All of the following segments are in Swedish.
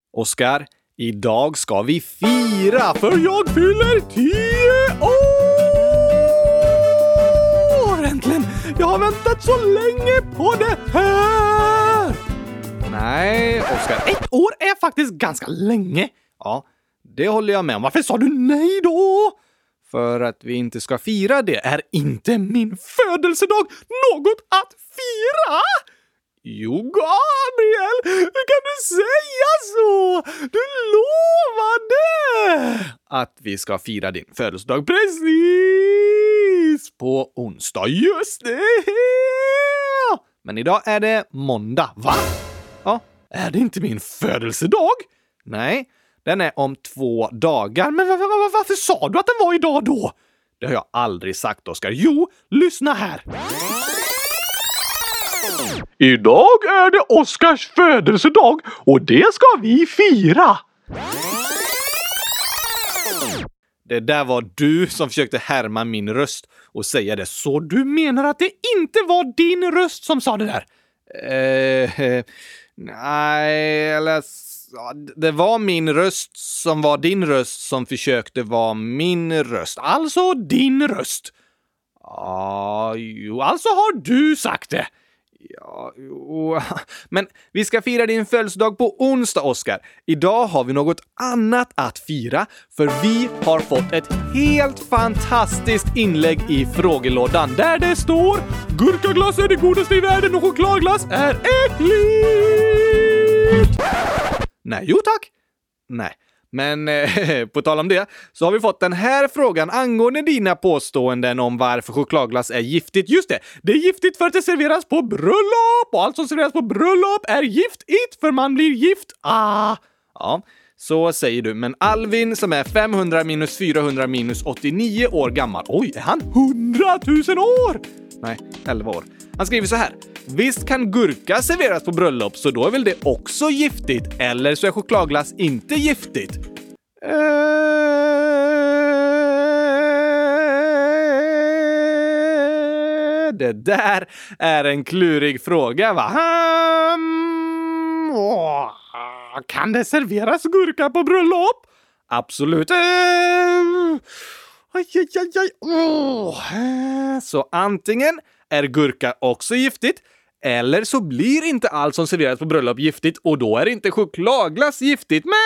Oskar, idag ska vi fira för jag fyller 10 år! Äntligen! Jag har väntat så länge på det här! Nej, Oskar, 1 år är faktiskt ganska länge. Ja, det håller jag med om. Varför sa du nej då? För att vi inte ska fira det. Är inte min födelsedag något att fira? Jo, Gabriel, hur kan du säga så? Du lovade att vi ska fira din födelsedag precis på onsdag. Just det! Men idag är det måndag, va? Ja, är det inte min födelsedag? Nej, den är om 2 dagar. Men varför sa du att den var idag då? Det har jag aldrig sagt, Oskar. Jo, lyssna här. Idag är det Oskars födelsedag och det ska vi fira. Det där var du som försökte härma min röst och säga det. Så du menar att det inte var din röst som sa det där? Nej, eller... Det var min röst som var din röst som försökte vara min röst. Alltså din röst. Ja, jo, alltså har du sagt det. Ja, jo. Men vi ska fira din födelsedag på onsdag, Oskar. Idag har vi något annat att fira, för vi har fått ett helt fantastiskt inlägg i frågelådan där det står: gurkaglass är det godaste i världen och chokladglass är äckligt. Nej, jo tack. Nej. Men på tal om det så har vi fått den här frågan angående dina påståenden om varför chokladglass är giftigt. Just det, det är giftigt för att det serveras på bröllop och allt som serveras på bröllop är giftigt för man blir gift. Ja, så säger du. Men Alvin som är 500 minus 400 minus 89 år gammal. Oj, är han 100 000 år? Nej, 11 år. Han skriver så här: visst kan gurka serveras på bröllop, så då är väl det också giftigt? Eller så är chokladglass inte giftigt? Det där är en klurig fråga, va? Kan det serveras gurka på bröllop? Absolut. Så antingen är gurka också giftigt, eller så blir inte allt som serveras på bröllop giftigt och då är inte chokladglass giftigt. Men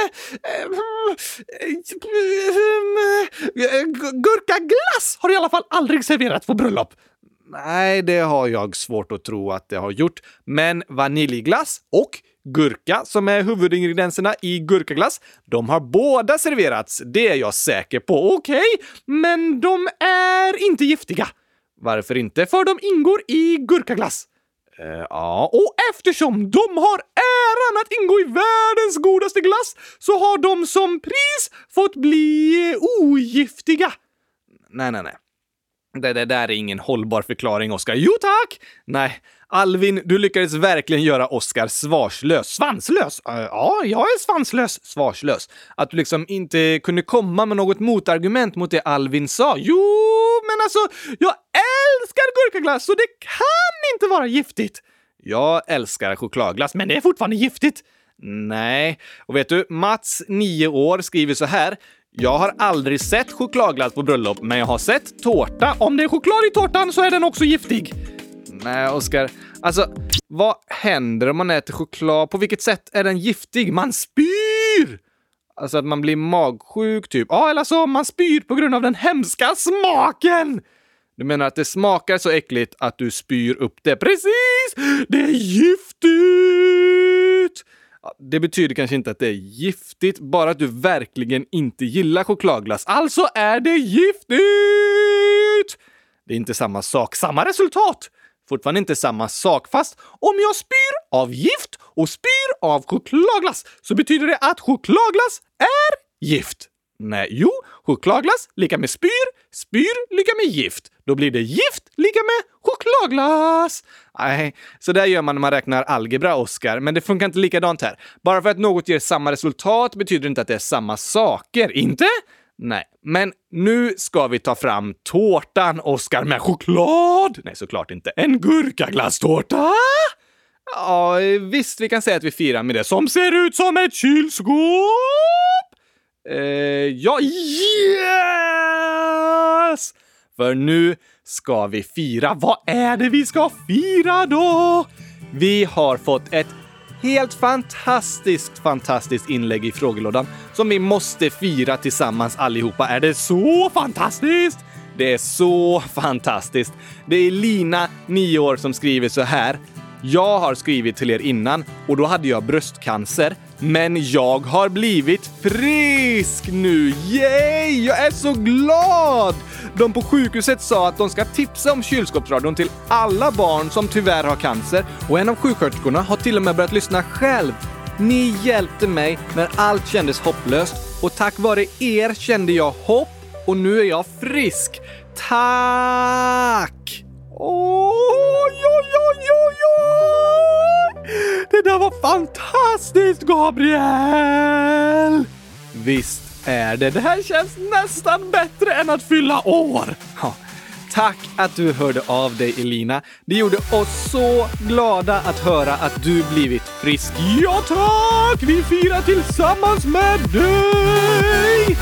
gurkaglass har i alla fall aldrig serverats på bröllop. Nej, det har jag svårt att tro att det har gjort. Men vaniljglass och gurka, som är huvudingredienserna i gurkaglass, de har båda serverats. Det är jag säker på. Okej, men de är inte giftiga. Varför inte? För de ingår i gurkaglass. Ja, och eftersom de har äran att ingå i världens godaste glass så har de som pris fått bli ogiftiga. Nej. Det där är ingen hållbar förklaring, Oskar. Jo tack! Nej, Alvin, du lyckades verkligen göra Oskar svarslös. Svanslös? Ja, jag är svanslös. Svarslös. Att du liksom inte kunde komma med något motargument mot det Alvin sa. Jo, men alltså, jag älskar gurkaglass så det kan inte vara giftigt. Jag älskar chokladglass, men det är fortfarande giftigt. Nej, och vet du, Mats, 9 år, skriver så här: jag har aldrig sett chokladglass på bröllop, men jag har sett tårta. Om det är choklad i tårtan så är den också giftig. Nej, Oskar. Alltså, vad händer om man äter choklad? På vilket sätt är den giftig? Man spyr! Alltså att man blir magsjuk typ. Ja, eller så man spyr på grund av den hemska smaken. Du menar att det smakar så äckligt att du spyr upp det? Precis! Det är giftigt! Det betyder kanske inte att det är giftigt, bara att du verkligen inte gillar chokladglass. Alltså är det giftigt! Det är inte samma sak, samma resultat. Fortfarande inte samma sak, fast om jag spyr av gift och spyr av chokladglass så betyder det att chokladglass är gift. Nej, jo, chokladglass lika med spyr lika med gift. Då blir det gift lika med chokladglass. Nej, så där gör man när man räknar algebra, Oskar. Men det funkar inte likadant här. Bara för att något ger samma resultat betyder inte att det är samma saker, inte? Nej, men nu ska vi ta fram tårtan, Oskar, med choklad. Nej, såklart inte. En gurkaglasstårta? Ja, visst, vi kan säga att vi firar med det som ser ut som ett kylskåp. Ja, yes! För nu ska vi fira. Vad är det vi ska fira då? Vi har fått ett helt fantastiskt inlägg i frågelådan som vi måste fira tillsammans allihopa. Är det så fantastiskt? Det är så fantastiskt. Det är Lina, 9 år, som skriver så här. Jag har skrivit till er innan och då hade jag bröstcancer. Men jag har blivit frisk nu. Yay! Jag är så glad! De på sjukhuset sa att de ska tipsa om kylskåpsradion till alla barn som tyvärr har cancer. Och en av sjuksköterskorna har till och med börjat lyssna själv. Ni hjälpte mig när allt kändes hopplöst. Och tack vare er kände jag hopp och nu är jag frisk. Tack! Oj! Det där var fantastiskt, Gabriel! Visst är det. Det här känns nästan bättre än att fylla år. Ja. Tack att du hörde av dig, Elina. Det gjorde oss så glada att höra att du blivit frisk. Ja tack! Vi firar tillsammans med dig!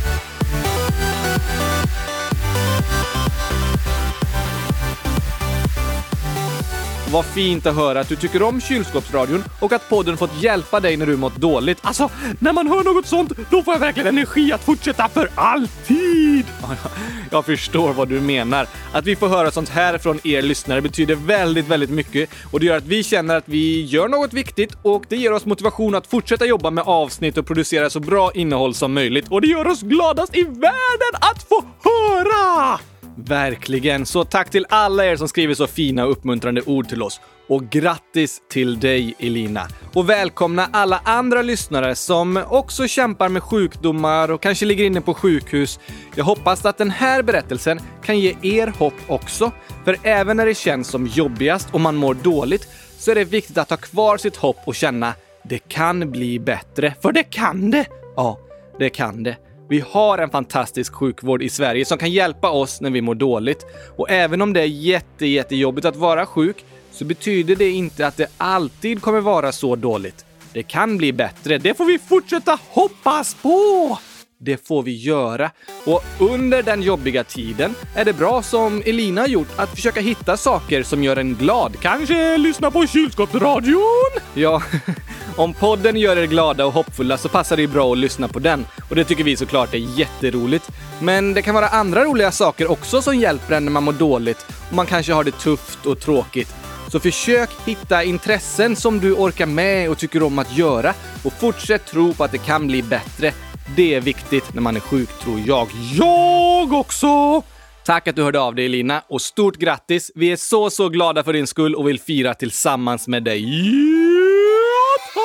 Vad fint att höra att du tycker om kylskåpsradion och att podden fått hjälpa dig när du mått dåligt. Alltså, när man hör något sånt, då får jag verkligen energi att fortsätta för alltid. Jag förstår vad du menar. Att vi får höra sånt här från er lyssnare betyder väldigt mycket. Och det gör att vi känner att vi gör något viktigt och det ger oss motivation att fortsätta jobba med avsnitt och producera så bra innehåll som möjligt. Och det gör oss gladast i världen att få höra! Verkligen, så tack till alla er som skriver så fina och uppmuntrande ord till oss. Och grattis till dig, Elina. Och välkomna alla andra lyssnare som också kämpar med sjukdomar och kanske ligger inne på sjukhus. Jag hoppas att den här berättelsen kan ge er hopp också. För även när det känns som jobbigast och man mår dåligt så är det viktigt att ha kvar sitt hopp och känna det kan bli bättre. För det kan det! Ja, det kan det. Vi har en fantastisk sjukvård i Sverige som kan hjälpa oss när vi mår dåligt. Och även om det är jättejobbigt att vara sjuk så betyder det inte att det alltid kommer vara så dåligt. Det kan bli bättre. Det får vi fortsätta hoppas på! Det får vi göra. Och under den jobbiga tiden är det bra som Elina har gjort att försöka hitta saker som gör en glad. Kanske lyssna på kylskåpsradion? Ja, om podden gör er glada och hoppfulla så passar det bra att lyssna på den. Och det tycker vi såklart är jätteroligt. Men det kan vara andra roliga saker också som hjälper en när man mår dåligt. Och man kanske har det tufft och tråkigt. Så försök hitta intressen som du orkar med och tycker om att göra. Och fortsätt tro på att det kan bli bättre. Det är viktigt när man är sjuk, tror jag. Jag också! Tack att du hörde av dig, Elina. Och stort grattis. Vi är så glada för din skull och vill fira tillsammans med dig. Ja, tack!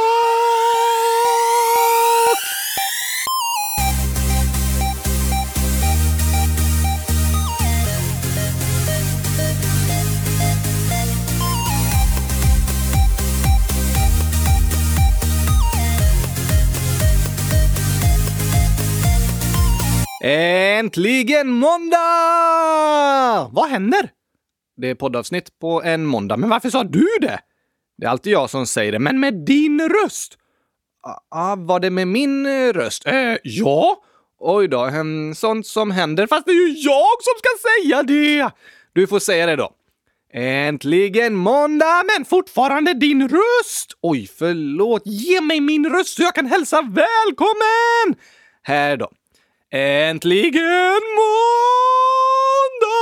Äntligen måndag! Vad händer? Det är poddavsnitt på en måndag. Men varför sa du det? Det är alltid jag som säger det, men med din röst. Var det med min röst? Ja. Oj då, sånt som händer. Fast det är ju jag som ska säga det. Du får säga det då. Äntligen måndag, men fortfarande din röst. Oj, förlåt. Ge mig min röst så jag kan hälsa välkommen. Här då. Äntligen måndag!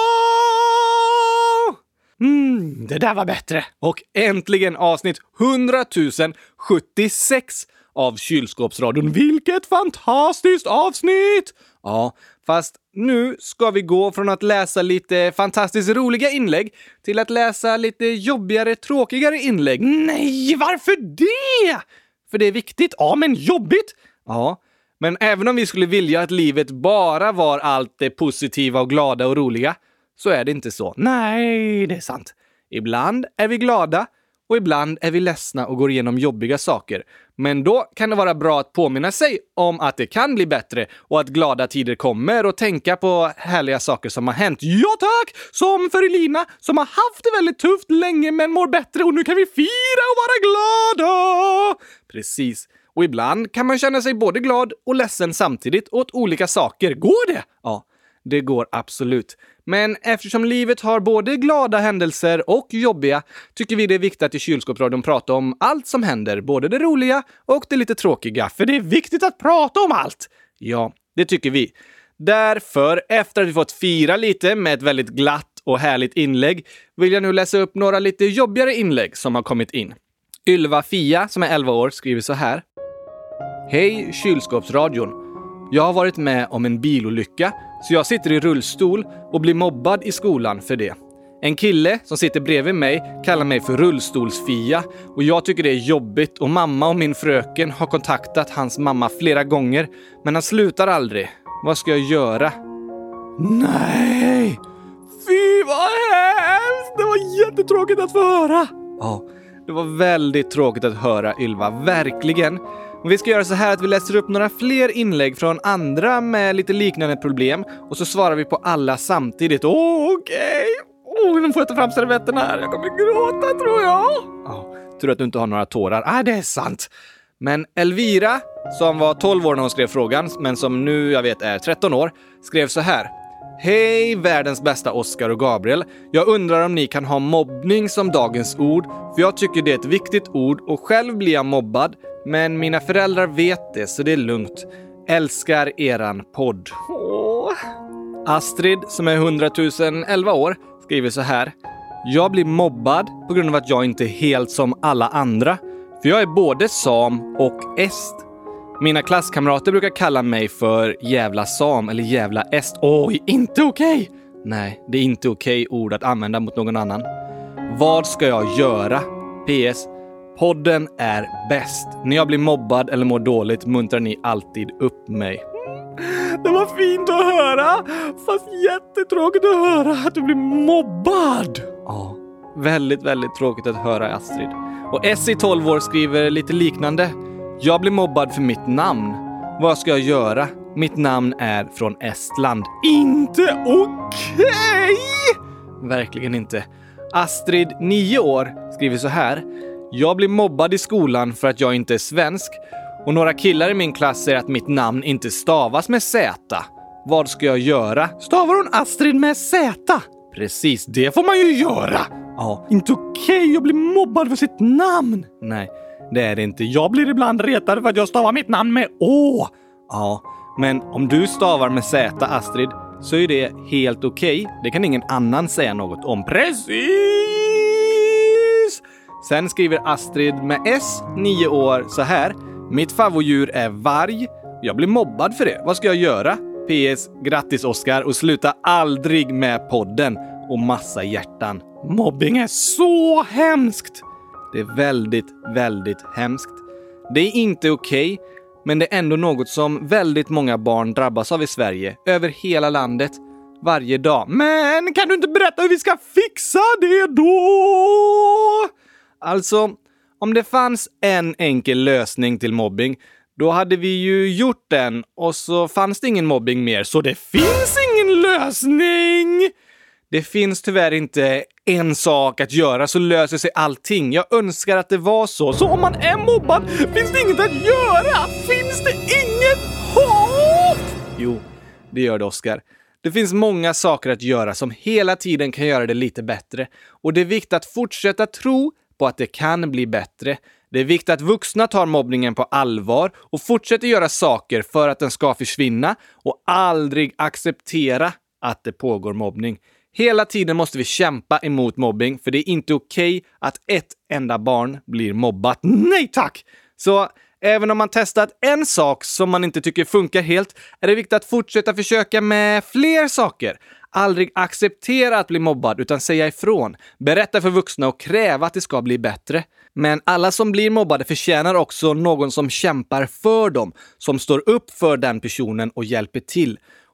Det där var bättre. Och äntligen avsnitt 100 076 av Kylskåpsradion. Vilket fantastiskt avsnitt! Ja, fast nu ska vi gå från att läsa lite fantastiskt roliga inlägg till att läsa lite jobbigare, tråkigare inlägg. Nej, varför det? För det är viktigt. Ja, men jobbigt. Ja. Men även om vi skulle vilja att livet bara var allt det positiva och glada och roliga så är det inte så. Nej, det är sant. Ibland är vi glada och ibland är vi ledsna och går igenom jobbiga saker. Men då kan det vara bra att påminna sig om att det kan bli bättre och att glada tider kommer och tänka på härliga saker som har hänt. Ja tack! Som för Elina som har haft det väldigt tufft länge men mår bättre och nu kan vi fira och vara glada! Precis. Och ibland kan man känna sig både glad och ledsen samtidigt åt olika saker. Går det? Ja, det går absolut. Men eftersom livet har både glada händelser och jobbiga tycker vi det är viktigt att i Kylskåpsradion prata om allt som händer, både det roliga och det lite tråkiga. För det är viktigt att prata om allt! Ja, det tycker vi. Därför, efter att vi fått fira lite med ett väldigt glatt och härligt inlägg, vill jag nu läsa upp några lite jobbigare inlägg som har kommit in. Ylva Fia, som är 11 år, skriver så här. Hej Kylskåpsradion. Jag har varit med om en bilolycka så jag sitter i rullstol och blir mobbad i skolan för det. En kille som sitter bredvid mig kallar mig för rullstolsfia och jag tycker det är jobbigt och mamma och min fröken har kontaktat hans mamma flera gånger men han slutar aldrig. Vad ska jag göra? Nej! Fy vad hemskt! Det var jättetråkigt att få höra! Ja, det var väldigt tråkigt att höra Ylva, verkligen. Och vi ska göra så här att vi läser upp några fler inlägg från andra med lite liknande problem och så svarar vi på alla samtidigt. Okej. Nu får jag ta fram servetterna här. Jag kommer gråta tror jag. Tur att du inte har några tårar. Det är sant. Men Elvira, som var 12 år när hon skrev frågan, men som nu jag vet är 13 år, skrev så här. Hej världens bästa Oskar och Gabriel. Jag undrar om ni kan ha mobbning som dagens ord. För jag tycker det är ett viktigt ord och själv blir jag mobbad. Men mina föräldrar vet det så det är lugnt. Älskar eran podd. Astrid som är 100 011 år skriver så här. Jag blir mobbad på grund av att jag inte är helt som alla andra. För jag är både sam och est. Mina klasskamrater brukar kalla mig för jävla sam eller jävla est. Inte okej! Nej, det är inte okej ord att använda mot någon annan. Vad ska jag göra? PS. Podden är bäst. När jag blir mobbad eller mår dåligt muntrar ni alltid upp mig. Det var fint att höra. Fast jättetråkigt att höra att du blir mobbad. Ja, väldigt, väldigt tråkigt att höra Astrid. Och Essie 12 år skriver lite liknande. Jag blir mobbad för mitt namn. Vad ska jag göra? Mitt namn är från Estland. Inte okej! Verkligen inte. Astrid 9 år skriver så här. Jag blir mobbad i skolan för att jag inte är svensk. Och några killar i min klass säger att mitt namn inte stavas med Z. Vad ska jag göra? Stavar hon Astrid med Z? Precis, det får man ju göra. Ja, inte okej att bli mobbad för sitt namn. Nej, det är det inte. Jag blir ibland retad för att jag stavar mitt namn med Å. Ja, men om du stavar med Z, Astrid, så är det helt okej. Det kan ingen annan säga något om. Precis! Sen skriver Astrid med S, 9 år, så här. Mitt favoritdjur är varg. Jag blir mobbad för det. Vad ska jag göra? PS, grattis Oskar och sluta aldrig med podden. Och massa hjärtan. Mobbing är så hemskt. Det är väldigt, väldigt hemskt. Det är inte okej, men det är ändå något som väldigt många barn drabbas av i Sverige. Över hela landet. Varje dag. Men kan du inte berätta hur vi ska fixa det då? Alltså, om det fanns en enkel lösning till mobbing, då hade vi ju gjort den och så fanns det ingen mobbing mer. Så det finns ingen lösning! Det finns tyvärr inte en sak att göra så löser sig allting. Jag önskar att det var så. Så om man är mobbad finns det inget att göra? Finns det inget hopp? Jo, det gör det Oskar. Det finns många saker att göra som hela tiden kan göra det lite bättre. Och det är viktigt att fortsätta tro på att det kan bli bättre. Det är viktigt att vuxna tar mobbningen på allvar och fortsätter göra saker för att den ska försvinna och aldrig acceptera att det pågår mobbning. Hela tiden måste vi kämpa emot mobbing för det är inte okej att ett enda barn blir mobbat. Nej tack! Så även om man testat en sak som man inte tycker funkar helt är det viktigt att fortsätta försöka med fler saker. Aldrig acceptera att bli mobbad utan säga ifrån. Berätta för vuxna och kräva att det ska bli bättre. Men alla som blir mobbade förtjänar också någon som kämpar för dem. Som står upp för den personen och hjälper till.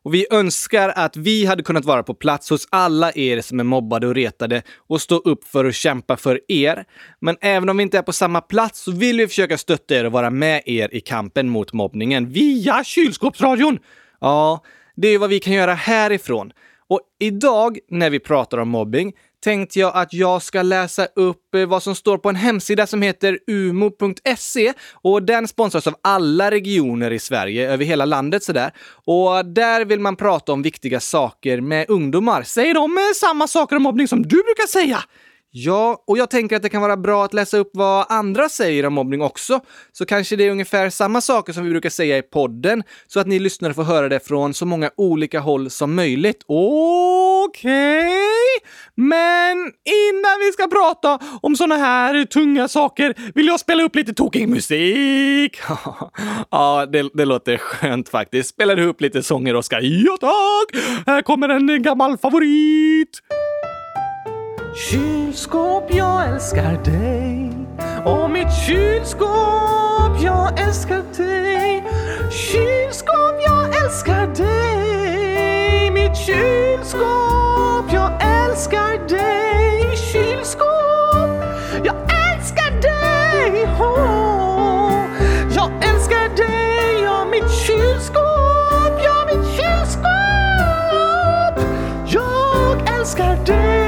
Och vi önskar att vi hade kunnat vara på plats hos alla er som är mobbade och retade och stå upp för och kämpa för er. Men även om vi inte är på samma plats så vill vi försöka stötta er och vara med er i kampen mot mobbningen via kylskåpsradion. Ja, det är vad vi kan göra härifrån. Och idag när vi pratar om mobbing tänkte jag att jag ska läsa upp vad som står på en hemsida som heter umo.se, och den sponsras av alla regioner i Sverige, över hela landet sådär. Och där vill man prata om viktiga saker med ungdomar. Säger de samma saker om mobbning som du brukar säga? Ja, och jag tänker att det kan vara bra att läsa upp vad andra säger om mobbning också. Så kanske det är ungefär samma saker som vi brukar säga i podden, så att ni lyssnare får höra det från så många olika håll som möjligt. Okej. Men innan vi ska prata om såna här tunga saker vill jag spela upp lite tokig musik. Ja, det låter skönt faktiskt. Spelar du upp lite sånger, Oskar? Ja tack! Här kommer en gammal favorit. Kylskåp, jag älskar dig. Och mitt kylskåp, jag älskar dig. Kylskåp, jag älskar dig. Mitt kylskåp, jag älskar dig. Kylskåp, jag älskar dig. Oh, jag älskar dig. Ja, mitt kylskåp, ja, mitt kylskåp. Jag älskar dig.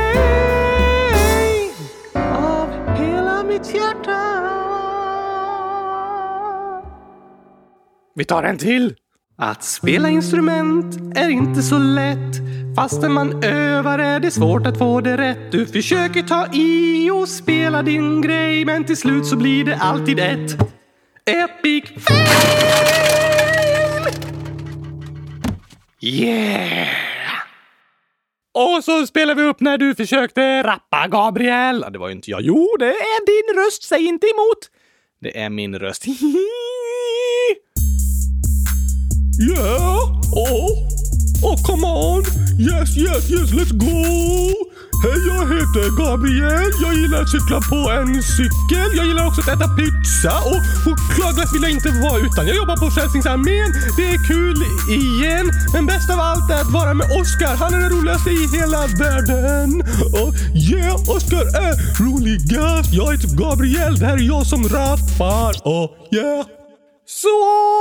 Vi tar en till. Att spela instrument är inte så lätt. Fastän man övar är det svårt att få det rätt. Du försöker ta i och spela din grej, men till slut så blir det alltid ett epic fail. Yeah! Och så spelar vi upp när du försökte rappa, Gabriel. Det var ju inte jag. Jo, det är din röst. Säg inte emot. Det är min röst. Yeah, oh, come on. Yes, let's go. Hej, jag heter Gabriel. Jag gillar att cykla på en cykel. Jag gillar också att äta pizza. Och chokladglass vill jag inte vara utan. Jag jobbar på Frälsningsarmén. Det är kul igen. Men bäst av allt är att vara med Oskar. Han är den roligaste i hela världen. Och yeah, Oskar är roligast. Jag heter Gabriel. Det här är jag som rappar. Och yeah. Så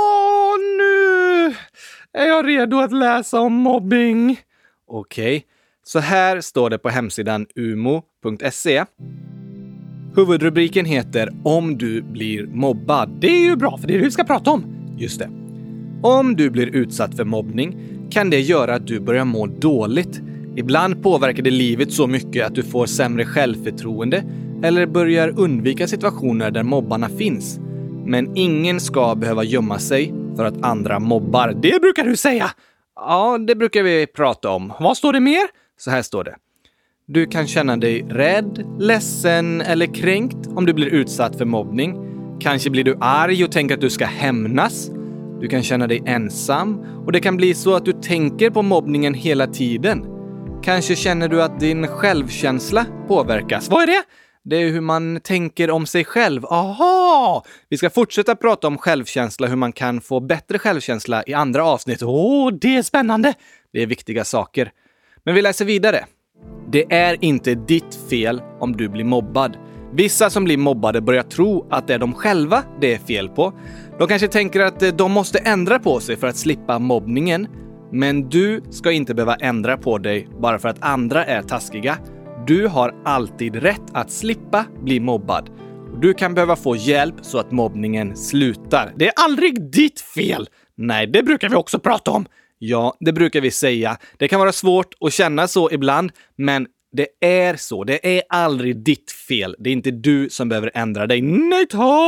nu är jag redo att läsa om mobbing. Okej. Så här står det på hemsidan umo.se. Huvudrubriken heter Om du blir mobbad. Det är ju bra, för det är det vi ska prata om. Just det. Om du blir utsatt för mobbning kan det göra att du börjar må dåligt. Ibland påverkar det livet så mycket att du får sämre självförtroende eller börjar undvika situationer där mobbarna finns. Men ingen ska behöva gömma sig för att andra mobbar. Det brukar du säga! Ja, det brukar vi prata om. Vad står det mer? Så här står det. Du kan känna dig rädd, ledsen eller kränkt om du blir utsatt för mobbning. Kanske blir du arg och tänker att du ska hämnas. Du kan känna dig ensam och det kan bli så att du tänker på mobbningen hela tiden. Kanske känner du att din självkänsla påverkas. Vad är det? Det är hur man tänker om sig själv. Aha! Vi ska fortsätta prata om självkänsla, hur man kan få bättre självkänsla i andra avsnitt. Det är spännande! Det är viktiga saker. Men vi läser vidare. Det är inte ditt fel om du blir mobbad. Vissa som blir mobbade börjar tro att det är de själva det är fel på. De kanske tänker att de måste ändra på sig för att slippa mobbningen. Men du ska inte behöva ändra på dig bara för att andra är taskiga. Du har alltid rätt att slippa bli mobbad. Du kan behöva få hjälp så att mobbningen slutar. Det är aldrig ditt fel! Nej, det brukar vi också prata om. Ja, det brukar vi säga. Det kan vara svårt att känna så ibland, men det är så. Det är aldrig ditt fel. Det är inte du som behöver ändra dig. Nej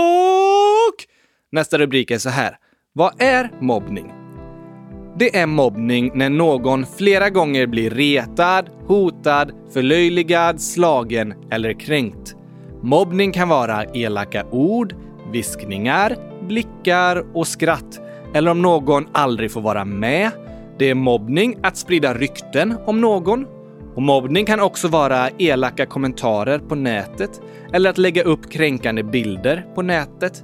tack! Nästa rubrik är så här. Vad är mobbning? Det är mobbning när någon flera gånger blir retad, hotad, förlöjligad, slagen eller kränkt. Mobbning kan vara elaka ord, viskningar, blickar och skratt. Eller om någon aldrig får vara med. Det är mobbning att sprida rykten om någon. Och mobbning kan också vara elaka kommentarer på nätet. Eller att lägga upp kränkande bilder på nätet.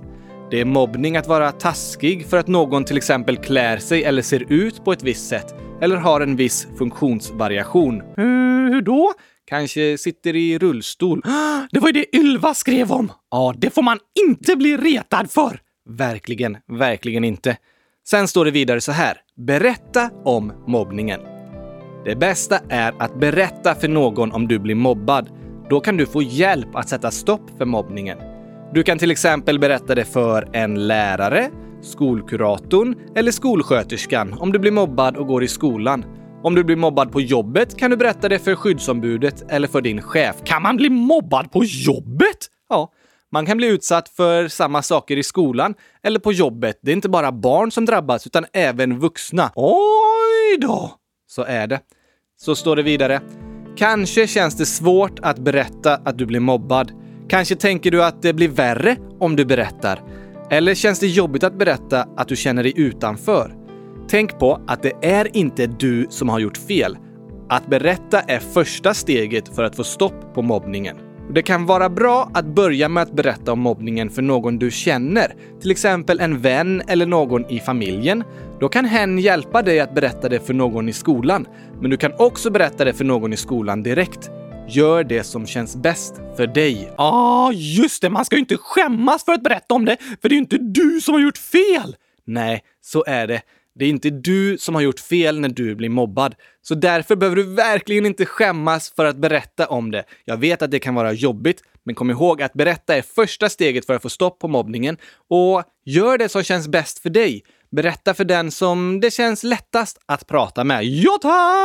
Det är mobbning att vara taskig för att någon till exempel klär sig eller ser ut på ett visst sätt eller har en viss funktionsvariation. Hur då? Kanske sitter i rullstol. Det var ju det Ylva skrev om. Ja, det får man inte bli retad för. Verkligen, verkligen inte. Sen står det vidare så här. Berätta om mobbningen. Det bästa är att berätta för någon om du blir mobbad. Då kan du få hjälp att sätta stopp för mobbningen. Du kan till exempel berätta det för en lärare, skolkuratorn eller skolsköterskan om du blir mobbad och går i skolan. Om du blir mobbad på jobbet kan du berätta det för skyddsombudet eller för din chef. Kan man bli mobbad på jobbet? Ja, man kan bli utsatt för samma saker i skolan eller på jobbet. Det är inte bara barn som drabbas utan även vuxna. Oj då! Så är det. Så står det vidare. Kanske känns det svårt att berätta att du blir mobbad. Kanske tänker du att det blir värre om du berättar. Eller känns det jobbigt att berätta att du känner dig utanför? Tänk på att det är inte du som har gjort fel. Att berätta är första steget för att få stopp på mobbningen. Det kan vara bra att börja med att berätta om mobbningen för någon du känner. Till exempel en vän eller någon i familjen. Då kan hen hjälpa dig att berätta det för någon i skolan. Men du kan också berätta det för någon i skolan direkt. Gör det som känns bäst för dig. Just det. Man ska ju inte skämmas för att berätta om det. För det är ju inte du som har gjort fel. Nej, så är det. Det är inte du som har gjort fel när du blir mobbad. Så därför behöver du verkligen inte skämmas för att berätta om det. Jag vet att det kan vara jobbigt, men kom ihåg att berätta är första steget för att få stopp på mobbningen. Och gör det som känns bäst för dig. Berätta för den som det känns lättast att prata med. Ja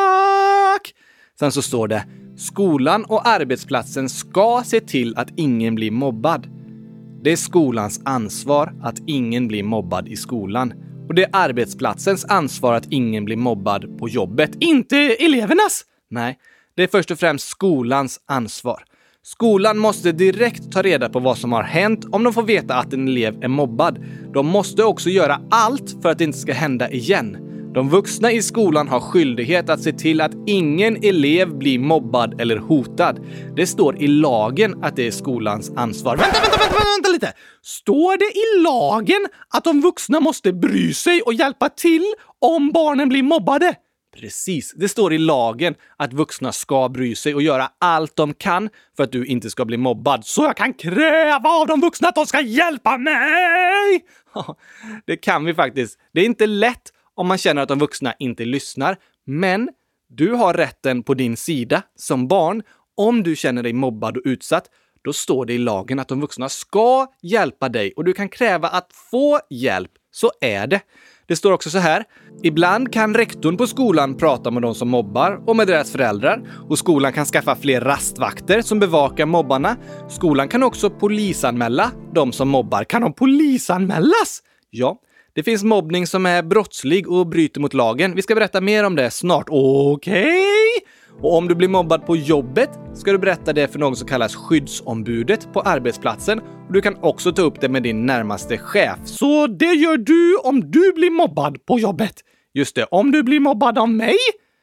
tack! Sen så står det, skolan och arbetsplatsen ska se till att ingen blir mobbad. Det är skolans ansvar att ingen blir mobbad i skolan. Och det är arbetsplatsens ansvar att ingen blir mobbad på jobbet. Inte elevernas! Nej, det är först och främst skolans ansvar. Skolan måste direkt ta reda på vad som har hänt om de får veta att en elev är mobbad. De måste också göra allt för att det inte ska hända igen. De vuxna i skolan har skyldighet att se till att ingen elev blir mobbad eller hotad. Det står i lagen att det är skolans ansvar. Vänta lite! Står det i lagen att de vuxna måste bry sig och hjälpa till om barnen blir mobbade? Precis, det står i lagen att vuxna ska bry sig och göra allt de kan för att du inte ska bli mobbad. Så jag kan kräva av de vuxna att de ska hjälpa mig! Det kan vi faktiskt. Det är inte lätt om man känner att de vuxna inte lyssnar. Men du har rätten på din sida som barn. Om du känner dig mobbad och utsatt, då står det i lagen att de vuxna ska hjälpa dig. Och du kan kräva att få hjälp. Så är det. Det står också så här. Ibland kan rektorn på skolan prata med de som mobbar och med deras föräldrar. Och skolan kan skaffa fler rastvakter som bevakar mobbarna. Skolan kan också polisanmäla de som mobbar. Kan de polisanmällas? Ja. Det finns mobbning som är brottslig och bryter mot lagen. Vi ska berätta mer om det snart. Okej? Och om du blir mobbad på jobbet ska du berätta det för någon som kallas skyddsombudet på arbetsplatsen. Och du kan också ta upp det med din närmaste chef. Så det gör du om du blir mobbad på jobbet? Just det, om du blir mobbad av mig?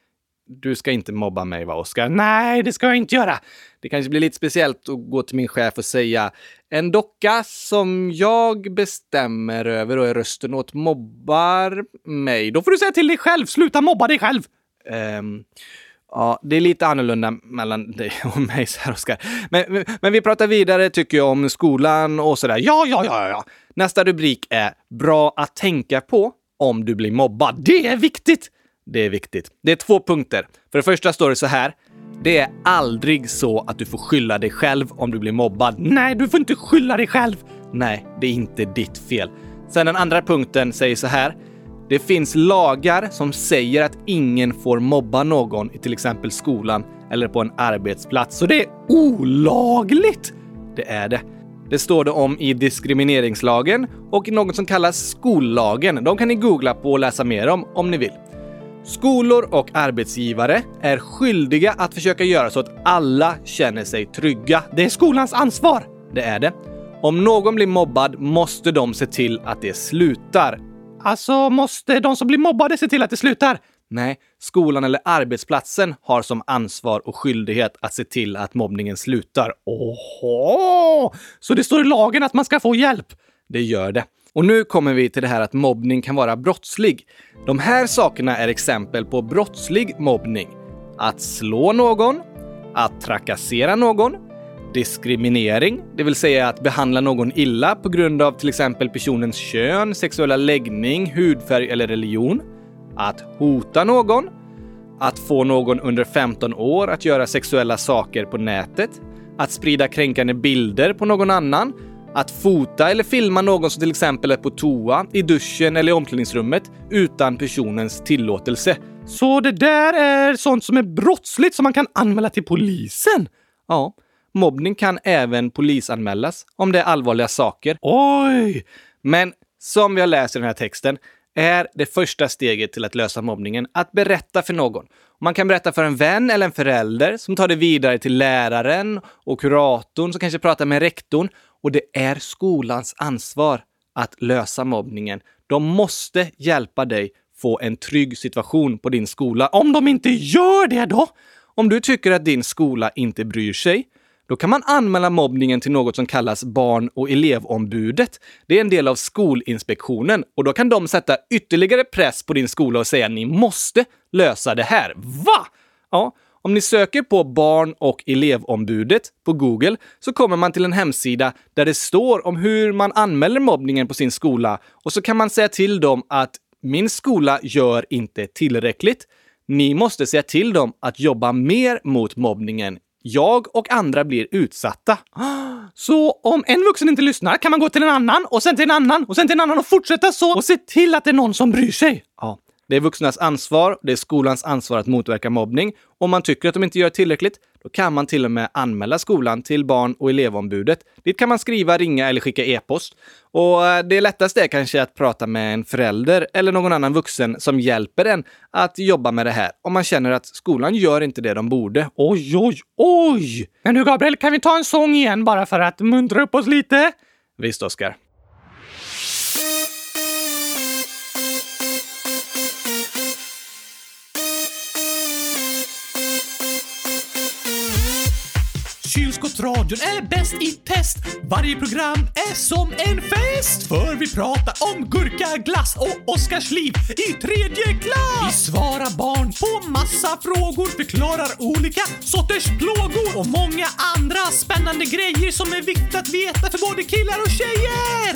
Du ska inte mobba mig, va, Oskar? Nej, det ska jag inte göra. Det kanske blir lite speciellt att gå till min chef och säga en docka som jag bestämmer över och är rösten åt mobbar mig. Då får du säga till dig själv. Sluta mobba dig själv. Ja, det är lite annorlunda mellan dig och mig, så här, Oskar. Men vi pratar vidare, tycker jag, om skolan och sådär. Ja. Nästa rubrik är bra att tänka på om du blir mobbad. Det är viktigt. Det är viktigt. Det är 2 punkter. För det första står det så här. Det är aldrig så att du får skylla dig själv om du blir mobbad. Nej, du får inte skylla dig själv. Nej, det är inte ditt fel. Sen den andra punkten säger så här. Det finns lagar som säger att ingen får mobba någon i till exempel skolan eller på en arbetsplats. Så det är olagligt. Det är det. Det står det om i diskrimineringslagen och något som kallas skollagen. De kan ni googla på och läsa mer om ni vill. Skolor och arbetsgivare är skyldiga att försöka göra så att alla känner sig trygga. Det är skolans ansvar. Det är det. Om någon blir mobbad måste de se till att det slutar. Alltså, måste de som blir mobbade se till att det slutar? Nej, skolan eller arbetsplatsen har som ansvar och skyldighet att se till att mobbningen slutar. Åhå! Så det står i lagen att man ska få hjälp? det gör det. Och nu kommer vi till det här att mobbning kan vara brottslig. De här sakerna är exempel på brottslig mobbning. Att slå någon, att trakassera någon, diskriminering, det vill säga att behandla någon illa på grund av till exempel personens kön, sexuella läggning, hudfärg eller religion, att hota någon, att få någon under 15 år att göra sexuella saker på nätet, att sprida kränkande bilder på någon annan, att fota eller filma någon som till exempel är på toa, i duschen eller i omklädningsrummet utan personens tillåtelse. Så det där är sånt som är brottsligt som man kan anmäla till polisen? Ja, mobbning kan även polisanmälas om det är allvarliga saker. Oj! Men som vi har läst i den här texten är det första steget till att lösa mobbningen att berätta för någon. Man kan berätta för en vän eller en förälder som tar det vidare till läraren och kuratorn som kanske pratar med rektorn. Och det är skolans ansvar att lösa mobbningen. De måste hjälpa dig få en trygg situation på din skola. Om de inte gör det då? Om du tycker att din skola inte bryr sig, då kan man anmäla mobbningen till något som kallas barn- och elevombudet. Det är en del av skolinspektionen och då kan de sätta ytterligare press på din skola och säga att ni måste lösa det här. Va? Ja, om ni söker på barn- och elevombudet på Google så kommer man till en hemsida där det står om hur man anmäler mobbningen på sin skola och så kan man säga till dem att min skola gör inte tillräckligt. Ni måste säga till dem att jobba mer mot mobbningen. Jag och andra blir utsatta. Så om en vuxen inte lyssnar kan man gå till en annan och sen till en annan och sen till en annan och fortsätta så och se till att det är någon som bryr sig. Ja, det är vuxnas ansvar, det är skolans ansvar att motverka mobbning. Om man tycker att de inte gör tillräckligt, då kan man till och med anmäla skolan till barn- och elevombudet. Dit kan man skriva, ringa eller skicka e-post. Och det lättaste är kanske att prata med en förälder eller någon annan vuxen som hjälper en att jobba med det här. Om man känner att skolan gör inte det de borde. Oj, oj, oj! Men nu Gabriel, kan vi ta en sång igen bara för att muntra upp oss lite? Visst, Oskar. Kylskåpsradion är bäst i test. Varje program är som en fest. För vi pratar om gurka, glass och Oskars liv i 3:e klass. Vi svarar barn på massa frågor, förklarar olika sorters plågor och många andra spännande grejer som är viktigt att veta för både killar och tjejer.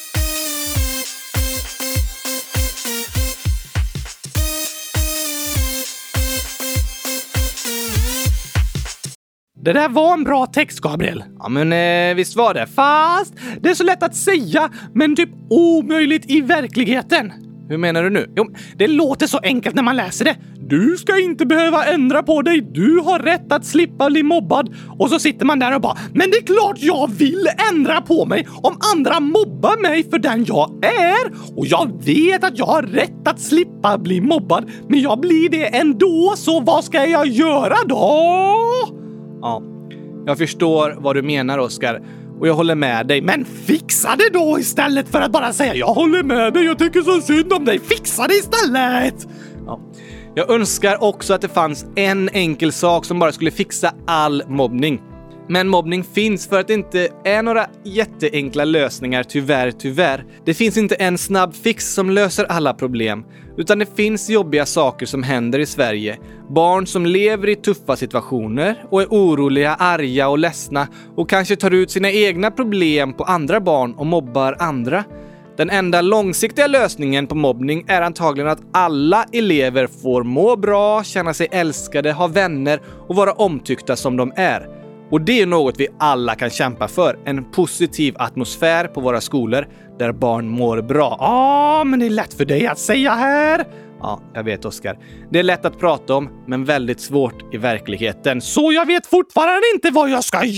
Det där var en bra text, Gabriel. Ja, men visst var det. Fast det är så lätt att säga, men typ omöjligt i verkligheten. Hur menar du nu? Jo, det låter så enkelt när man läser det. Du ska inte behöva ändra på dig. Du har rätt att slippa bli mobbad. Och så sitter man där och bara, men det är klart jag vill ändra på mig om andra mobbar mig för den jag är. Och jag vet att jag har rätt att slippa bli mobbad. Men jag blir det ändå, så vad ska jag göra då? Ja, jag förstår vad du menar, Oskar. Och jag håller med dig. Men fixa det då istället för att bara säga jag håller med dig, jag tycker så synd om dig. Fixa det istället! Ja. Jag önskar också att det fanns en enkel sak som bara skulle fixa all mobbning. Men mobbning finns för att det inte är några jätteenkla lösningar, tyvärr. Det finns inte en snabb fix som löser alla problem. Utan det finns jobbiga saker som händer i Sverige. Barn som lever i tuffa situationer och är oroliga, arga och ledsna och kanske tar ut sina egna problem på andra barn och mobbar andra. Den enda långsiktiga lösningen på mobbning är antagligen att alla elever får må bra, känna sig älskade, ha vänner och vara omtyckta som de är. Och det är något vi alla kan kämpa för. En positiv atmosfär på våra skolor där barn mår bra. Ja, men det är lätt för dig att säga här. Ja, jag vet, Oskar. Det är lätt att prata om, men väldigt svårt i verkligheten. Så jag vet fortfarande inte vad jag ska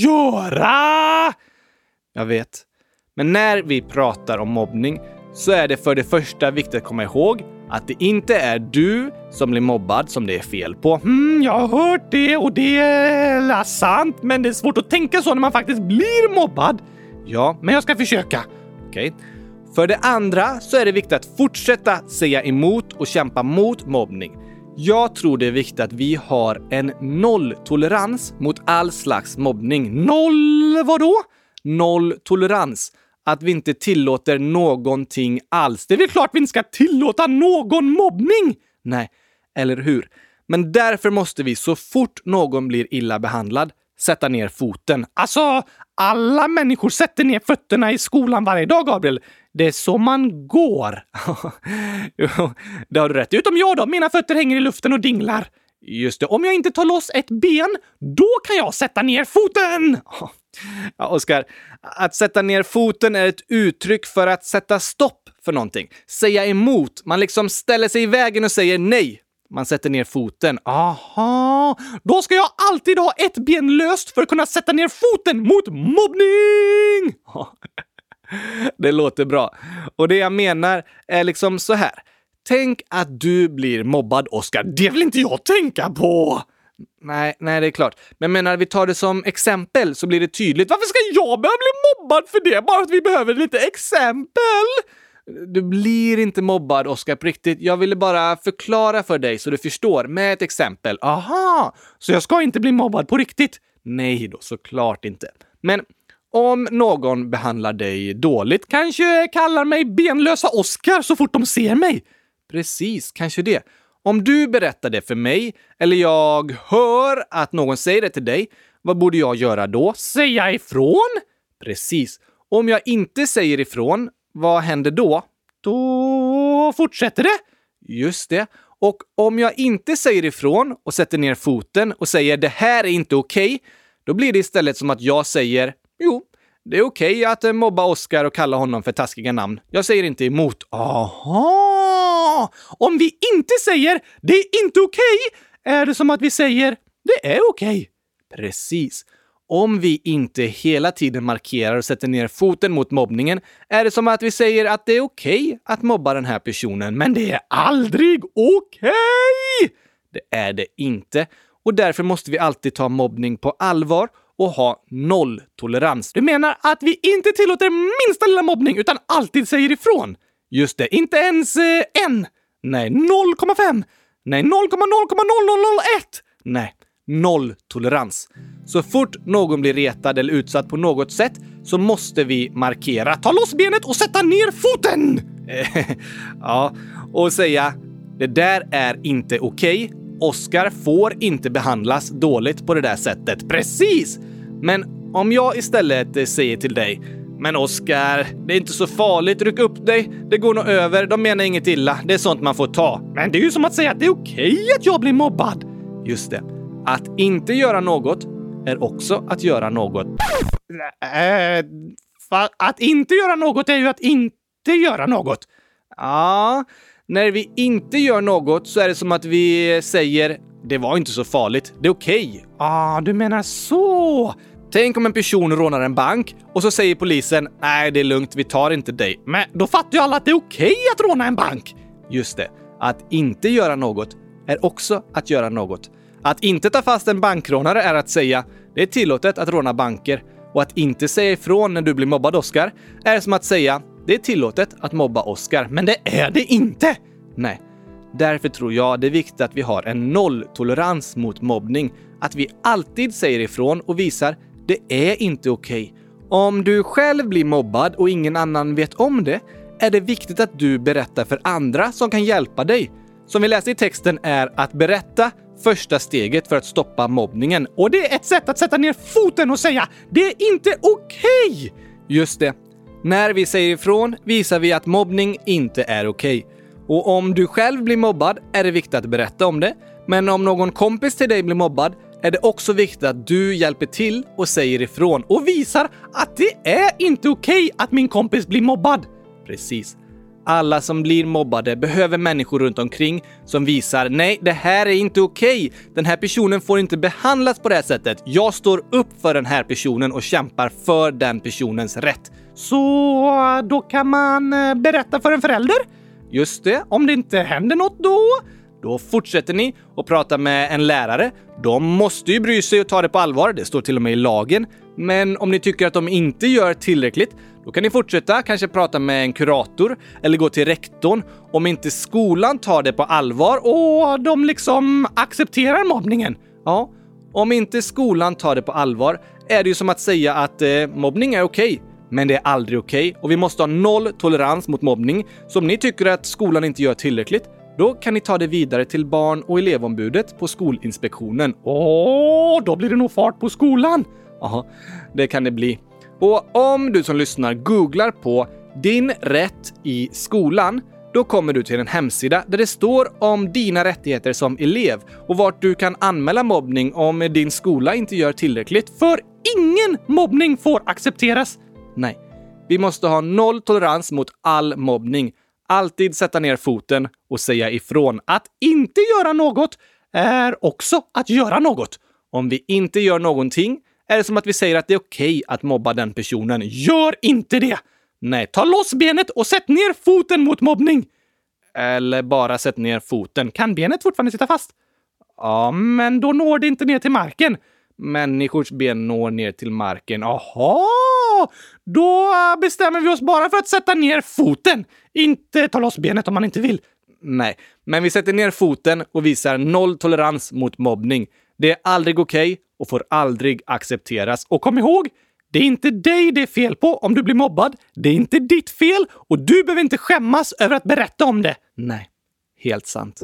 göra! Jag vet. Men när vi pratar om mobbning så är det för det första viktigt att komma ihåg att det inte är du som blir mobbad som det är fel på. Jag har hört det och det är sant, men det är svårt att tänka så när man faktiskt blir mobbad. Ja, men jag ska försöka. Okej. För det andra så är det viktigt att fortsätta säga emot och kämpa mot mobbning. Jag tror det är viktigt att vi har en nolltolerans mot all slags mobbning. Noll vadå? Nolltolerans. att vi inte tillåter någonting alls. Det är väl klart vi inte ska tillåta någon mobbning! Nej, eller hur? Men därför måste vi så fort någon blir illa behandlad sätta ner foten. Alltså, alla människor sätter ner fötterna i skolan varje dag, Gabriel. Det är så man går. Det har du rätt. Utom jag då. Mina fötter hänger i luften och dinglar. Just det. Om jag inte tar loss ett ben, då kan jag sätta ner foten. Ja, Oskar. Att sätta ner foten är ett uttryck för att sätta stopp för någonting. Säga emot. Man liksom ställer sig i vägen och säger nej. Man sätter ner foten. Aha, då ska jag alltid ha ett ben löst för att kunna sätta ner foten mot mobbning! Det låter bra. Och det jag menar är liksom så här. Tänk att du blir mobbad, Oskar. Det vill inte jag tänka på! Nej, det är klart. Men menar vi tar det som exempel så blir det tydligt. Varför ska jag behöva bli mobbad för det? Bara att vi behöver lite exempel! Du blir inte mobbad, Oskar, på riktigt. Jag ville bara förklara för dig så du förstår med ett exempel. Aha, så jag ska inte bli mobbad på riktigt? Nej då, såklart inte. Men om någon behandlar dig dåligt, kanske kallar mig benlösa Oskar så fort de ser mig. Precis, kanske det. Om du berättar det för mig, eller jag hör att någon säger det till dig, vad borde jag göra då? Säga ifrån? Precis. Om jag inte säger ifrån, vad händer då? Då fortsätter det. Just det. Och om jag inte säger ifrån och sätter ner foten och säger det här är inte okej, då blir det istället som att jag säger jo, det är okej att mobba Oskar och kalla honom för taskiga namn. Jag säger inte emot. Aha! Om vi inte säger det är inte okej, är det som att vi säger det är okej. Precis. Om vi inte hela tiden markerar och sätter ner foten mot mobbningen är det som att vi säger att det är okej att mobba den här personen, men det är aldrig okej! Det är det inte. Och därför måste vi alltid ta mobbning på allvar och ha nolltolerans. Du menar att vi inte tillåter minsta lilla mobbning utan alltid säger ifrån? Just det, inte ens en. Nej, 0,5. Nej, 0,0,0001. Nej. Nolltolerans. Så fort någon blir retad eller utsatt på något sätt så måste vi markera. Ta loss benet och sätta ner foten! Ja, och säga det där är inte okej. Oskar får inte behandlas dåligt på det där sättet. Precis! Men om jag istället säger till dig men Oskar, det är inte så farligt. Ryck upp dig. Det går nog över. De menar inget illa. Det är sånt man får ta. Men det är ju som att säga att det är okej att jag blir mobbad. Just det. Att inte göra något är också att göra något. Att inte göra något är ju att inte göra något. Ja, när vi inte gör något så är det som att vi säger det var inte så farligt, det är okej. Du menar så. Tänk om en person rånar en bank och så säger polisen nej, det är lugnt, vi tar inte dig. Men då fattar ju alla att det är okej att råna en bank. Just det, att inte göra något är också att göra något. Att inte ta fast en bankrånare är att säga det är tillåtet att råna banker. Och att inte säga ifrån när du blir mobbad, Oskar, är som att säga det är tillåtet att mobba Oskar. Men det är det inte! Nej, därför tror jag det är viktigt att vi har en nolltolerans mot mobbning. Att vi alltid säger ifrån och visar det är inte okej. Om du själv blir mobbad och ingen annan vet om det är det viktigt att du berättar för andra som kan hjälpa dig. Som vi läste i texten är att berätta första steget för att stoppa mobbningen. Och det är ett sätt att sätta ner foten och säga det är inte okej. Just det. När vi säger ifrån visar vi att mobbning inte är okej. Och om du själv blir mobbad är det viktigt att berätta om det. Men om någon kompis till dig blir mobbad är det också viktigt att du hjälper till och säger ifrån och visar att det är inte okej att min kompis blir mobbad. Precis. Alla som blir mobbade behöver människor runt omkring som visar nej, det här är inte okej. Den här personen får inte behandlas på det här sättet. Jag står upp för den här personen och kämpar för den personens rätt. Så då kan man berätta för en förälder? Just det, om det inte händer något då fortsätter ni och prata med en lärare. De måste ju bry sig och ta det på allvar. Det står till och med i lagen. Men om ni tycker att de inte gör tillräckligt, då kan ni fortsätta, kanske prata med en kurator eller gå till rektorn. Om inte skolan tar det på allvar och de liksom accepterar mobbningen. Ja, om inte skolan tar det på allvar är det ju som att säga att mobbning är okej. Men det är aldrig okej och vi måste ha noll tolerans mot mobbning. Så om ni tycker att skolan inte gör tillräckligt, då kan ni ta det vidare till barn- och elevombudet på Skolinspektionen. Då blir det nog fart på skolan. Ja, det kan det bli. Och om du som lyssnar googlar på din rätt i skolan, då kommer du till en hemsida där det står om dina rättigheter som elev och vart du kan anmäla mobbning om din skola inte gör tillräckligt. För ingen mobbning får accepteras. Nej, vi måste ha noll tolerans mot all mobbning. Alltid sätta ner foten och säga ifrån. Att inte göra något är också att göra något. Om vi inte gör någonting är det som att vi säger att det är okej att mobba den personen. Gör inte det! Nej, ta loss benet och sätt ner foten mot mobbning. Eller bara sätt ner foten. Kan benet fortfarande sitta fast? Ja, men då når det inte ner till marken. Människors ben når ner till marken. Aha! Då bestämmer vi oss bara för att sätta ner foten. Inte ta loss benet om man inte vill. Nej, men vi sätter ner foten och visar noll tolerans mot mobbning. Det är aldrig okej och får aldrig accepteras. Och kom ihåg, det är inte dig det är fel på om du blir mobbad. Det är inte ditt fel och du behöver inte skämmas över att berätta om det. Nej, helt sant.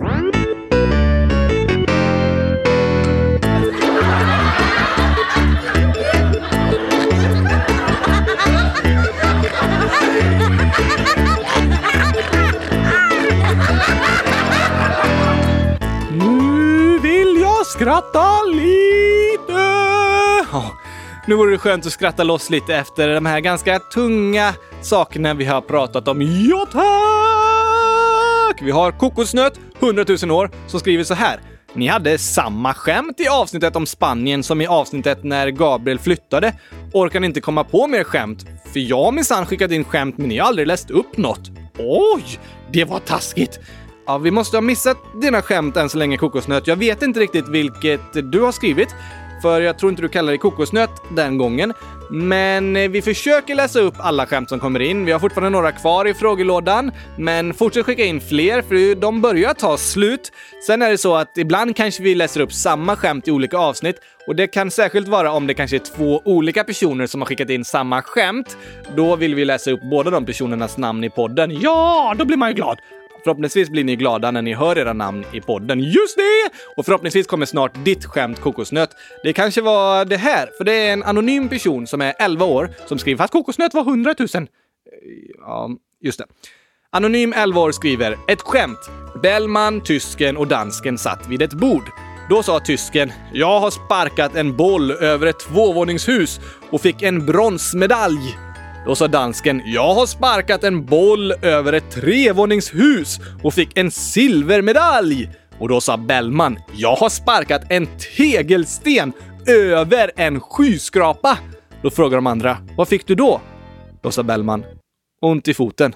Nu vill jag skratta lite. Nu vore det skönt att skratta loss lite efter de här ganska tunga sakerna vi har pratat om. Ja, tack! Vi har Kokosnöt, 100 000 år, som skriver så här. Ni hade samma skämt i avsnittet om Spanien som i avsnittet när Gabriel flyttade. Orkar ni inte komma på mer skämt? För jag har minsann skickat in skämt men ni har aldrig läst upp något. Oj, det var taskigt. Ja, vi måste ha missat dina skämt än så länge, Kokosnöt. Jag vet inte riktigt vilket du har skrivit. För jag tror inte du kallar dig Kokosnöt den gången. Men vi försöker läsa upp alla skämt som kommer in. Vi har fortfarande några kvar i frågelådan. Men fortsätt skicka in fler för de börjar ta slut. Sen är det så att ibland kanske vi läser upp samma skämt i olika avsnitt. Och det kan särskilt vara om det kanske är 2 olika personer som har skickat in samma skämt. Då vill vi läsa upp båda de personernas namn i podden. Ja, då blir man ju glad. Förhoppningsvis blir ni glada när ni hör era namn i podden. Just det! Och förhoppningsvis kommer snart ditt skämt, Kokosnöt. Det kanske var det här, för det är en anonym person som är 11 år som skriver fast Kokosnöt var 100 000. Ja, just det. Anonym 11 år skriver ett skämt. Bellman, tysken och dansken satt vid ett bord. Då sa tysken, jag har sparkat en boll över ett 2-våningshus och fick en bronsmedalj. Då sa dansken, jag har sparkat en boll över ett 3-våningshus och fick en silvermedalj. Och då sa Bellman, jag har sparkat en tegelsten över en skyskrapa. Då frågar de andra, vad fick du då? Då sa Bellman, ont i foten.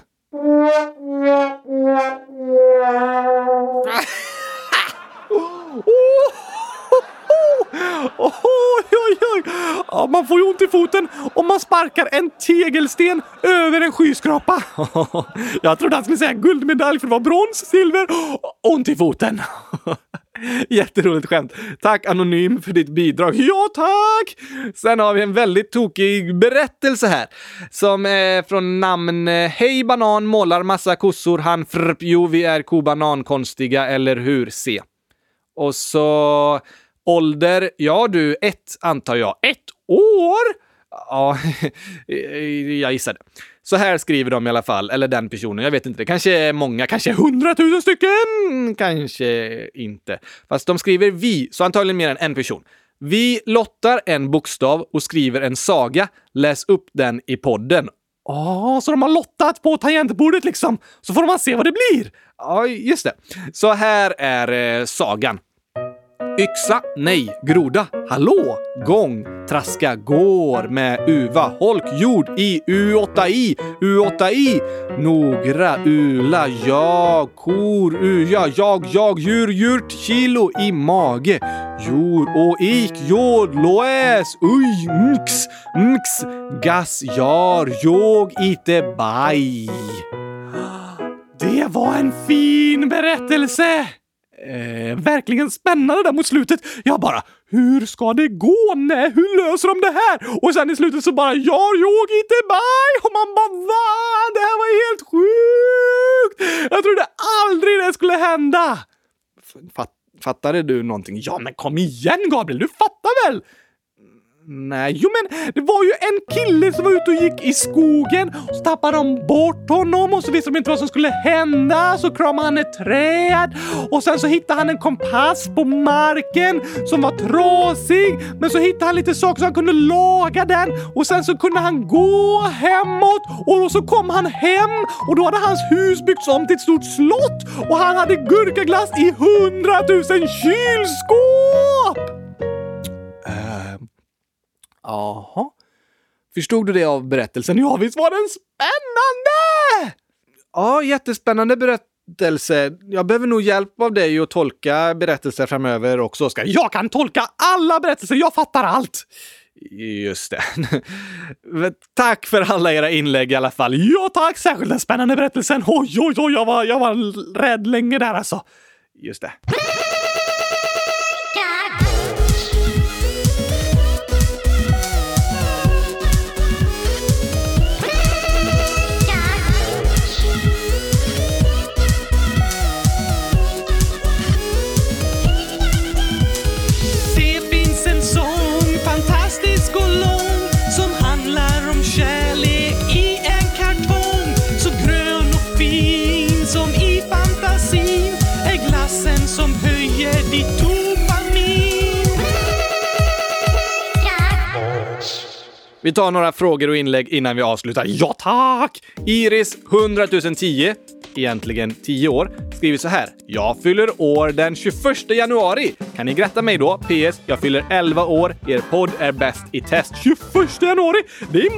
Ja, man får ju ont i foten om man sparkar en tegelsten över en skyskrapa. Jag trodde han skulle säga guldmedalj för det var brons, silver och ont i foten. Jätteroligt skämt. Tack Anonym för ditt bidrag. Ja, tack! Sen har vi en väldigt tokig berättelse här. Som är från namn Hej banan målar massa kossor. Han frp, jo vi är kobanankonstiga eller hur? Se. Och så ålder, ja du, 1 antar jag. 1 år? Ja, jag gissade. Så här skriver de i alla fall, eller den personen, jag vet inte, det kanske är många, kanske 100 000 stycken, kanske inte. Fast de skriver vi, så antagligen mer än en person. Vi lottar en bokstav och skriver en saga, läs upp den i podden. Så de har lottat på tangentbordet liksom, så får man se vad det blir. Ja, just det. Så här är sagan. Yxa, nej, groda, hallå, gång, traska, går med uva, holk, jord, i, U8i, U8i, några, ula, jag, kor, uja, jag, djur, djurt, kilo, i mage, jord och ik, jord, loäs, nx, gas, jar, ite, baj. Det var en fin berättelse! Verkligen spännande där mot slutet. Jag bara, hur ska det gå? Nej, hur löser de det här? Och sen i slutet så bara, jag inte baj. Och man bara, va? Det här var helt sjukt. Jag trodde aldrig det skulle hända. Fattade du någonting? Ja, men kom igen Gabriel, du fattar väl? Nej, jo men det var ju en kille som var ute och gick i skogen och så tappade de bort honom och så visste de inte vad som skulle hända, så kramade han ett träd och sen så hittade han en kompass på marken som var trasig, men så hittade han lite saker så han kunde laga den och sen så kunde han gå hemåt och då så kom han hem och då hade hans hus byggts om till ett stort slott och han hade gurkaglass i 100 000 kylskåp! Jaha. Förstod du det av berättelsen? Ja, visst var den spännande! Ja, jättespännande berättelse. Jag behöver nog hjälp av dig att tolka berättelser framöver också, Oskar. Jag kan tolka alla berättelser, jag fattar allt! Just det. Tack för alla era inlägg i alla fall. Ja, tack. Särskilt den spännande berättelsen. Oj, jag var rädd länge där alltså. Just det. Vi tar några frågor och inlägg innan vi avslutar. Ja tack! Iris 100 010, egentligen 10 år, skriver så här. Jag fyller år den 21 januari. Kan ni gratta mig då? PS, jag fyller 11 år. Er podd är bäst i test. 21 januari? Det är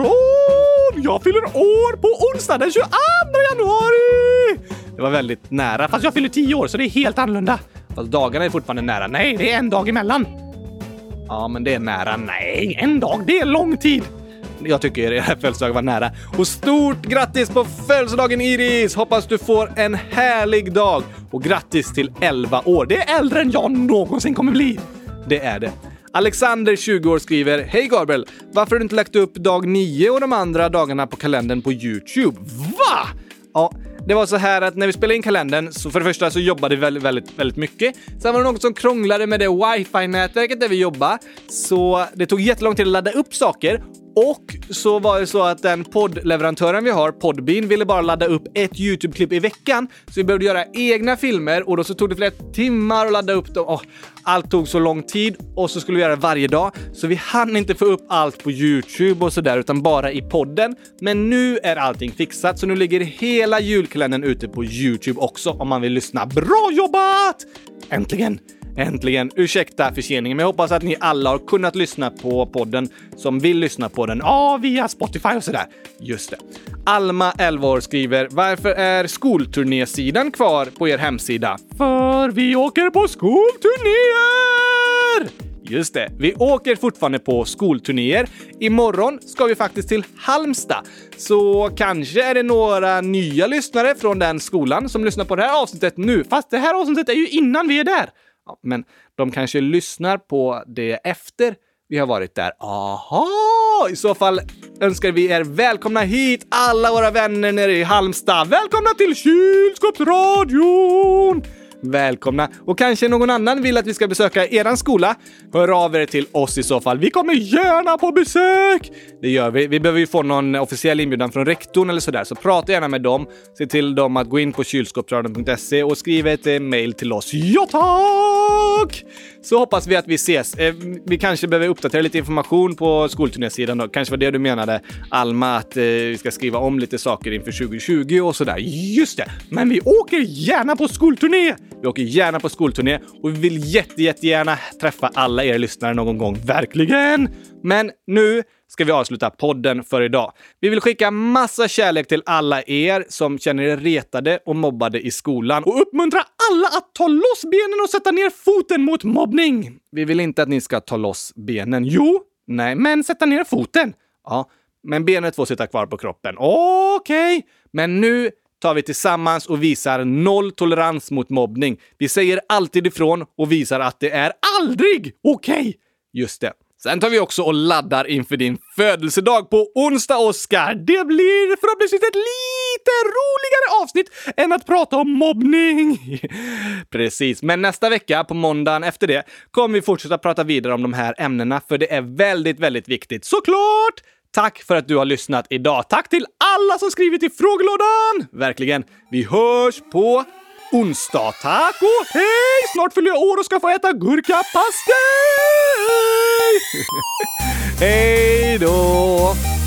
imorgon! Jag fyller år på onsdag den 22 januari! Det var väldigt nära, fast jag fyller 10 år så det är helt annorlunda. Fast dagarna är fortfarande nära. Nej, det är en dag emellan. Ja, men det är nära. Nej, en dag, det är lång tid. Jag tycker er födelsedag var nära. Och stort grattis på födelsedagen Iris! Hoppas du får en härlig dag. Och grattis till 11 år. Det är äldre än jag någonsin kommer bli. Det är det. Alexander, 20 år, skriver: Hej Gabriel, varför har du inte lagt upp dag 9 och de andra dagarna på kalendern på YouTube? Va? Ja, det var så här att när vi spelade in kalendern så för det första så jobbade vi väldigt mycket. Sen var det något som krånglade med det wifi-nätverket där vi jobbar. Så det tog jättelång tid att ladda upp saker. Och så var det så att den poddleverantören vi har, Podbean, ville bara ladda upp ett YouTube-klipp i veckan. Så vi behövde göra egna filmer och då så tog det flera timmar att ladda upp dem. Allt tog så lång tid och så skulle vi göra det varje dag. Så vi hann inte få upp allt på YouTube och sådär utan bara i podden. Men nu är allting fixat så nu ligger hela julkalendern ute på YouTube också om man vill lyssna. Bra jobbat! Äntligen! Äntligen, ursäkta förseningen, men jag hoppas att ni alla har kunnat lyssna på podden som vill lyssna på den. Ja, via Spotify och sådär. Just det. Alma, 11 år, skriver: Varför är skolturnésidan kvar på er hemsida? För vi åker på skolturnéer! Just det, vi åker fortfarande på skolturnéer. Imorgon ska vi faktiskt till Halmstad. Så kanske är det några nya lyssnare från den skolan som lyssnar på det här avsnittet nu. Fast det här avsnittet är ju innan vi är där. Ja, men de kanske lyssnar på det efter vi har varit där. Aha! I så fall önskar vi er välkomna hit, alla våra vänner nere i Halmstad. Välkomna till Kylskåpsradion! Välkomna. Och kanske någon annan vill att vi ska besöka eran skola. Hör av er till oss i så fall. Vi kommer gärna på besök. Det gör vi. Vi behöver ju få någon officiell inbjudan från rektorn eller sådär. Så prata gärna med dem. Se till dem att gå in på kylskåpsradion.se och skriva ett mail till oss. Ja tack! Så hoppas vi att vi ses. Vi kanske behöver uppdatera lite information på skolturnésidan då. Kanske var det du menade, Alma, att vi ska skriva om lite saker inför 2020 och sådär. Just det! Men vi åker gärna på skolturné! Vi åker gärna på skolturné och vi vill jättegärna träffa alla er lyssnare någon gång. Verkligen! Men nu ska vi avsluta podden för idag. Vi vill skicka massa kärlek till alla er som känner er retade och mobbade i skolan och uppmuntra alla att ta loss benen och sätta ner foten mot mobbning. Vi vill inte att ni ska ta loss benen. Jo, nej, men sätta ner foten. Ja, men benet får sitta kvar på kroppen. Okej, men nu tar vi tillsammans och visar noll tolerans mot mobbning. Vi säger alltid ifrån och visar att det är aldrig okej. Just det. Sen tar vi också och laddar inför din födelsedag på onsdag, Oskar. Det blir förhoppningsvis ett lite roligare avsnitt än att prata om mobbning. Precis, men nästa vecka på måndagen efter det kommer vi fortsätta prata vidare om de här ämnena, för det är väldigt, väldigt viktigt. Såklart! Tack för att du har lyssnat idag. Tack till alla som skrivit i frågelådan. Verkligen. Vi hörs på onsdag. Tack och hej! Snart fyller jag år och ska få äta gurkapastej! Hej då!